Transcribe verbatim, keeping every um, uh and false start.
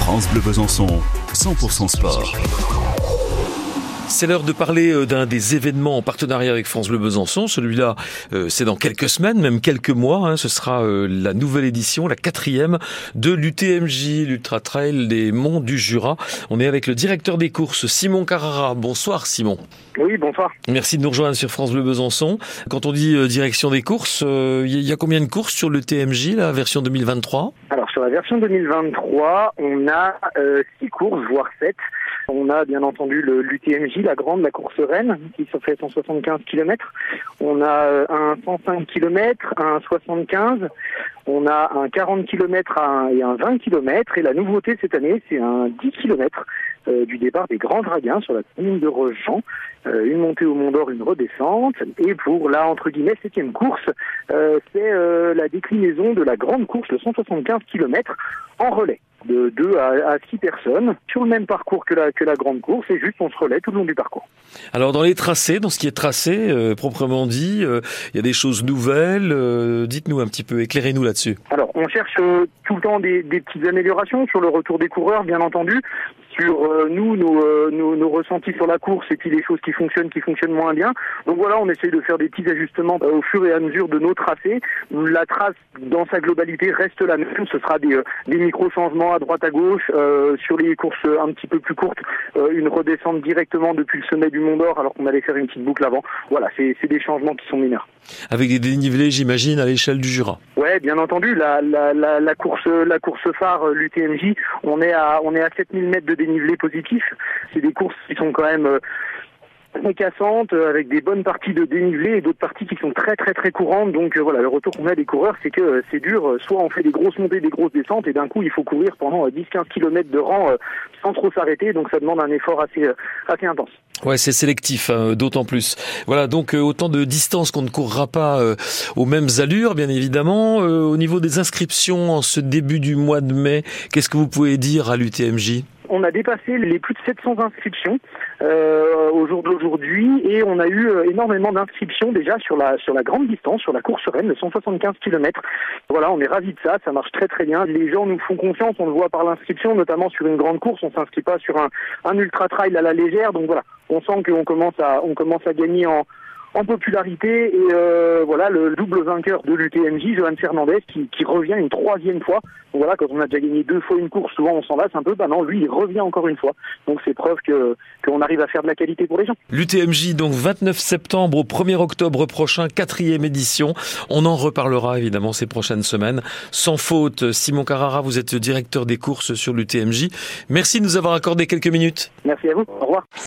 France Bleu Besançon, cent pour cent sport. C'est l'heure de parler d'un des événements en partenariat avec France Bleu Besançon. Celui-là, euh, c'est dans quelques semaines, même quelques mois. Hein. Ce sera euh, la nouvelle édition, la quatrième de l'U T M J, l'Ultra Trail des Monts du Jura. On est avec le directeur des courses, Simon Carrara. Bonsoir Simon. Oui, bonsoir. Merci de nous rejoindre sur France Bleu Besançon. Quand on dit euh, direction des courses, il euh, y, y a combien de courses sur l'U T M J, la version deux mille vingt-trois ? Alors sur la version deux mille vingt-trois, on a euh, six courses, voire sept. On a bien entendu le, l'U T M J, la grande, la course Rennes, qui se fait cent soixante-quinze kilomètres. On a un cent cinq kilomètres, un soixante-quinze, on a un quarante kilomètres et un vingt kilomètres. Et la nouveauté cette année, c'est un dix kilomètres euh, du départ des Grands Dragons sur la commune de Rochemont. Euh, une montée au Mont d'Or, une redescente. Et pour la, entre guillemets, septième course, euh, c'est euh, la déclinaison de la grande course, le cent soixante-quinze kilomètres en relais. De deux à six personnes, sur le même parcours que la, que la grande course, et juste on se relaie tout le long du parcours. Alors dans les tracés, dans ce qui est tracé, euh, proprement dit, il euh, y a des choses nouvelles, euh, dites-nous un petit peu, éclairez-nous là-dessus. Alors on cherche euh, tout le temps des, des petites améliorations sur le retour des coureurs, bien entendu, sur euh, nous, nos, euh, nos, nos ressentis sur la course, et puis les choses qui fonctionnent, qui fonctionnent moins bien. Donc voilà, on essaye de faire des petits ajustements euh, au fur et à mesure de nos tracés. La trace, dans sa globalité, reste la même, ce sera des, euh, des micro-changements à droite à gauche, euh, sur les courses un petit peu plus courtes, euh, une redescente directement depuis le sommet du Mont d'Or alors qu'on allait faire une petite boucle avant. Voilà, c'est, c'est des changements qui sont mineurs. Avec des dénivelés, j'imagine, à l'échelle du Jura. Ouais, bien entendu, la, la, la, la course, la course phare, l'U T M J, on est à, on est à sept mille mètres de dénivelé positif. C'est des courses qui sont quand même, euh, très cassantes, avec des bonnes parties de dénivelé et d'autres parties qui sont très très très courantes. Donc euh, voilà, le retour qu'on a des coureurs, c'est que euh, c'est dur. Soit on fait des grosses montées, des grosses descentes, et d'un coup il faut courir pendant euh, dix à quinze kilomètres de rang euh, sans trop s'arrêter. Donc ça demande un effort assez euh, assez intense. Ouais, c'est sélectif, hein, d'autant plus. Voilà, donc euh, autant de distances qu'on ne courra pas euh, aux mêmes allures, bien évidemment. Euh, au niveau des inscriptions en ce début du mois de mai, qu'est-ce que vous pouvez dire à l'U T M J ? On a dépassé les plus de sept cents inscriptions euh, au jour d'aujourd'hui, et on a eu euh, énormément d'inscriptions déjà sur la sur la grande distance, sur la course Rennes, le cent soixante-quinze kilomètres. Voilà, on est ravis de ça, ça marche très très bien. Les gens nous font confiance, on le voit par l'inscription, notamment sur une grande course. On s'inscrit pas sur un, un ultra trail à la légère, donc voilà, on sent qu'on commence à on commence à gagner en en popularité, et euh, voilà, le double vainqueur de l'U T M J, Johan Fernandez, qui, qui revient une troisième fois. Donc voilà, quand on a déjà gagné deux fois une course, souvent on s'en lasse un peu. Bah non, lui il revient encore une fois. Donc c'est preuve que qu'on arrive à faire de la qualité pour les gens. L'U T M J, donc vingt-neuf septembre au premier octobre prochain, quatrième édition. On en reparlera évidemment ces prochaines semaines. Sans faute, Simon Carrara, vous êtes directeur des courses sur l'U T M J. Merci de nous avoir accordé quelques minutes. Merci à vous. Au revoir.